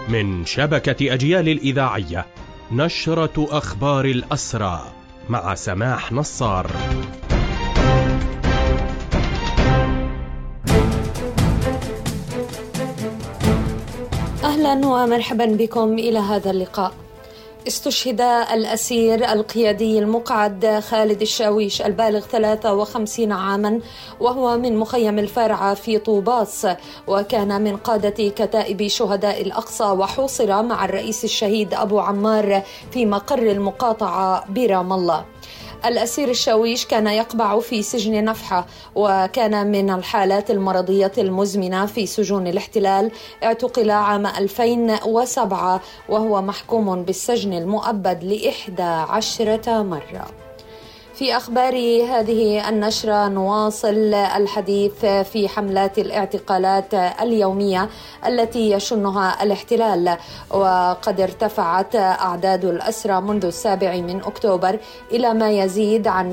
من شبكة أجيال الإذاعية، نشرة أخبار الأسرى مع سماح نصار. أهلا ومرحبا بكم إلى هذا اللقاء. استشهد الأسير القيادي المقعد خالد الشاويش البالغ 53 عاما، وهو من مخيم الفارعة في طوباس، وكان من قادة كتائب شهداء الأقصى، وحوصر مع الرئيس الشهيد أبو عمار في مقر المقاطعة برام الله. الأسير الشاويش كان يقبع في سجن نفحة، وكان من الحالات المرضية المزمنة في سجون الاحتلال. اعتقل عام 2007 وهو محكوم بالسجن المؤبد ل11 مرة. في أخبار هذه النشرة نواصل الحديث في حملات الاعتقالات اليومية التي يشنها الاحتلال، وقد ارتفعت أعداد الأسرى منذ 7 أكتوبر إلى ما يزيد عن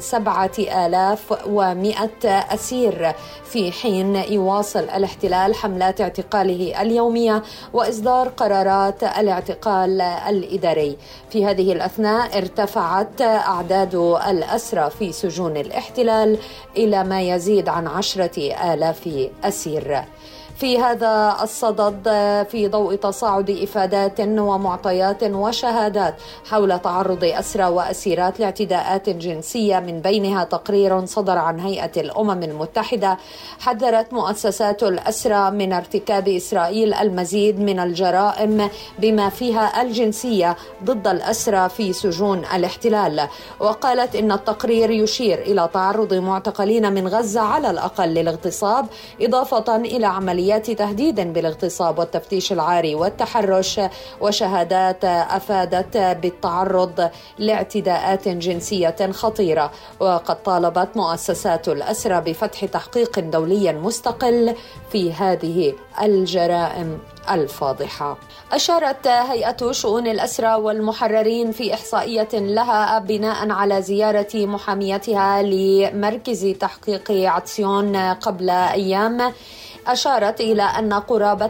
7100 أسير، في حين يواصل الاحتلال حملات اعتقاله اليومية وإصدار قرارات الاعتقال الإداري. في هذه الأثناء ارتفعت أعداد الأسرى في سجون الاحتلال إلى ما يزيد عن 10,000 أسير. في هذا الصدد، في ضوء تصاعد إفادات ومعطيات وشهادات حول تعرض أسرى وأسيرات لاعتداءات جنسية، من بينها تقرير صدر عن هيئة الأمم المتحدة حذرت مؤسسات الأسرى من ارتكاب إسرائيل المزيد من الجرائم بما فيها الجنسية ضد الأسرى في سجون الاحتلال. وقالت إن التقرير يشير إلى تعرض معتقلين من غزة على الأقل للاغتصاب، إضافة إلى عمليات تهديد بالاغتصاب والتفتيش العاري والتحرش، وشهادات أفادت بالتعرض لاعتداءات جنسية خطيرة. وقد طالبت مؤسسات الأسرى بفتح تحقيق دولي مستقل في هذه الجرائم الفاضحة. أشارت هيئة شؤون الأسرى والمحررين في إحصائية لها بناء على زيارة محاميتها لمركز تحقيق عطسيون قبل أيام، أشارت إلى أن قرابة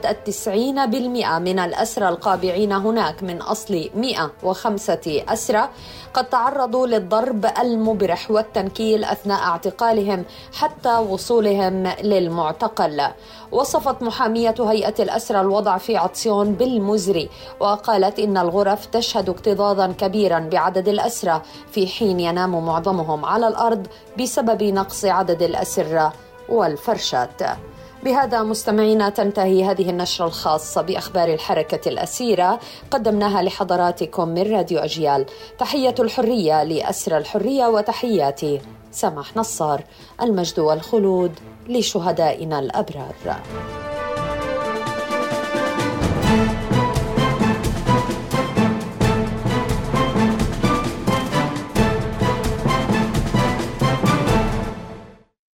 90% من الأسرى القابعين هناك من أصل 105 أسرى قد تعرضوا للضرب المبرح والتنكيل أثناء اعتقالهم حتى وصولهم للمعتقل. وصفت محامية هيئة الأسرى الوضع في عطسيون بالمزري، وقالت إن الغرف تشهد اكتظاظا كبيرا بعدد الأسرى، في حين ينام معظمهم على الأرض بسبب نقص عدد الأسرة والفرشات. بهذا مستمعينا تنتهي هذه النشرة الخاصة بأخبار الحركة الأسيرة، قدمناها لحضراتكم من راديو أجيال. تحية الحرية لأسرى الحرية، وتحياتي سماح نصار. المجد والخلود لشهدائنا الأبرار.